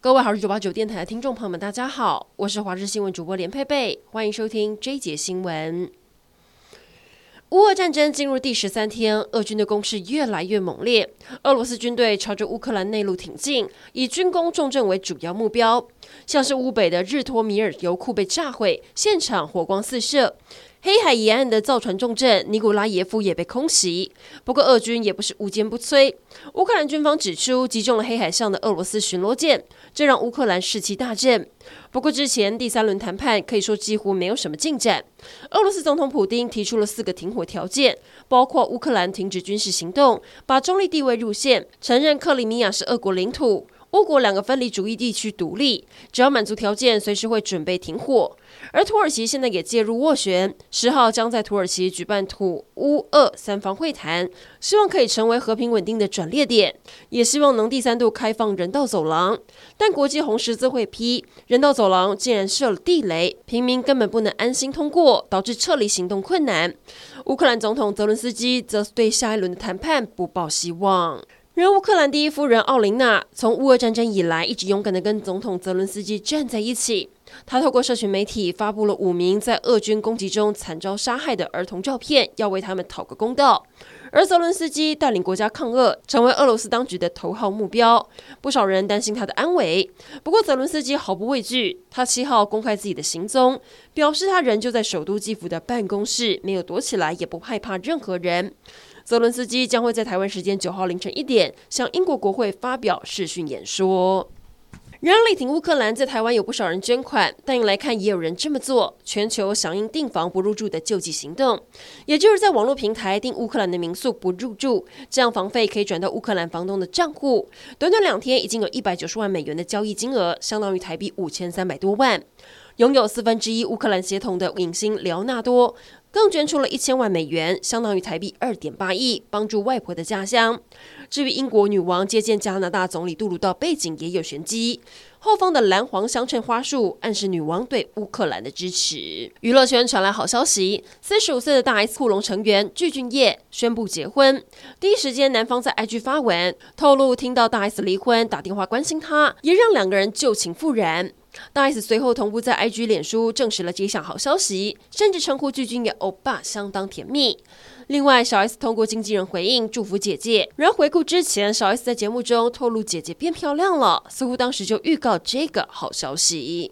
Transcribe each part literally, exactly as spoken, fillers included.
各位好事九八九电台的听众朋友们，大家好，我是华视新闻主播连佩佩，欢迎收听这一节新闻。乌俄战争进入第十三天，俄军的攻势越来越猛烈。俄罗斯军队朝着乌克兰内陆挺进，以军工重镇为主要目标。像是乌北的日托米尔油库被炸毁，现场火光四射。黑海沿岸的造船重镇尼古拉耶夫也被空袭。不过，俄军也不是无坚不摧。乌克兰军方指出，击中了黑海上的俄罗斯巡逻舰，这让乌克兰士气大振。不过，之前第三轮谈判可以说几乎没有什么进展。俄罗斯总统普丁提出了四个停火条件，包括乌克兰停止军事行动，把中立地位入宪，承认克里米亚是俄国领土。乌国两个分离主义地区独立，只要满足条件，随时会准备停火。而土耳其现在也介入斡旋，十号将在土耳其举办土乌俄三方会谈，希望可以成为和平稳定的转捩点，也希望能第三度开放人道走廊。但国际红十字会批，人道走廊竟然设了地雷，平民根本不能安心通过，导致撤离行动困难。乌克兰总统泽伦斯基则对下一轮的谈判不抱希望。而乌克兰第一夫人奥琳娜从乌俄战争以来，一直勇敢地跟总统泽伦斯基站在一起。她透过社群媒体发布了五名在俄军攻击中惨遭杀害的儿童照片，要为他们讨个公道。而泽伦斯基带领国家抗俄，成为俄罗斯当局的头号目标。不少人担心他的安危，不过泽伦斯基毫不畏惧。他七号公开自己的行踪，表示他仍旧在首都基辅的办公室，没有躲起来，也不害怕任何人。泽伦斯基将会在台湾时间九号凌晨一点向英国国会发表视讯演说。然而，力挺乌克兰在台湾有不少人捐款，但来看也有人这么做。全球响应订房不入住的救济行动，也就是在网络平台订乌克兰的民宿不入住，这样房费可以转到乌克兰房东的账户。短短两天，已经有一百九十万美元的交易金额，相当于台币五千三百多万。拥有四分之一乌克兰血统的影星辽纳多更捐出了一千万美元，相当于台币二点八亿，帮助外婆的家乡。至于英国女王接见加拿大总理杜鲁道，背景也有玄机。后方的蓝黄相衬花束暗示女王对乌克兰的支持。娱乐圈传来好消息，四十五岁的大 S 酷龙成员具俊晔宣布结婚。第一时间，男方在 I G 发文透露，听到大 S 离婚，打电话关心他，也让两个人旧情复燃。大 S 随后同步在 I G 脸书证实了这项好消息，甚至称呼具俊晔欧巴相当甜蜜。另外，小 S 通过经纪人回应祝福姐姐。然而回顾之前，小 S 在节目中透露姐姐变漂亮了，似乎当时就预告这个好消息。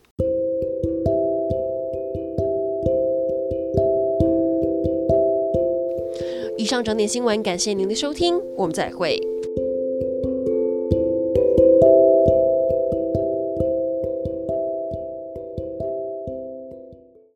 以上整点新闻，感谢您的收听，我们再会。